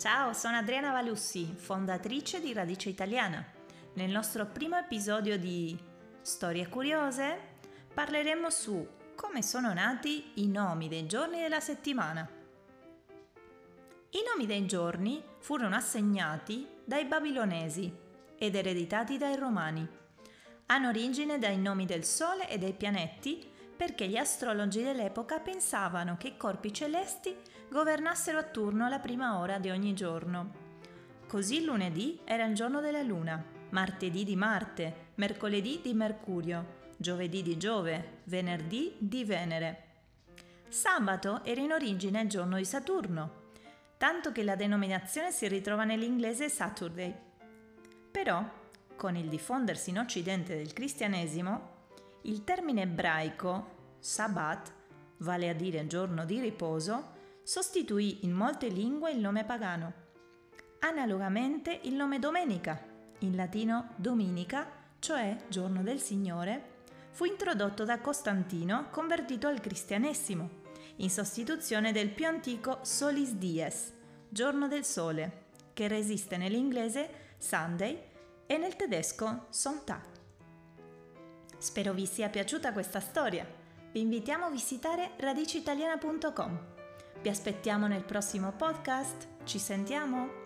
Ciao, sono Adriana Valussi, fondatrice di Radice Italiana. Nel nostro primo episodio di Storie Curiose parleremo su come sono nati i nomi dei giorni della settimana. I nomi dei giorni furono assegnati dai babilonesi ed ereditati dai romani. Hanno origine dai nomi del Sole e dei pianeti perché gli astrologi dell'epoca pensavano che i corpi celesti governassero a turno la prima ora di ogni giorno. Così lunedì era il giorno della Luna, martedì di Marte, mercoledì di Mercurio, giovedì di Giove, venerdì di Venere. Sabato era in origine il giorno di Saturno, tanto che la denominazione si ritrova nell'inglese Saturday. Però, con il diffondersi in Occidente del cristianesimo, il termine ebraico Sabbat, vale a dire giorno di riposo, sostituì in molte lingue il nome pagano. Analogamente il nome domenica, in latino dominica, cioè giorno del Signore, fu introdotto da Costantino convertito al cristianesimo, in sostituzione del più antico Solis Dies, giorno del sole, che resiste nell'inglese Sunday e nel tedesco Sonntag. Spero vi sia piaciuta questa storia. Vi invitiamo a visitare radiciitaliana.com. Vi aspettiamo nel prossimo podcast. Ci sentiamo!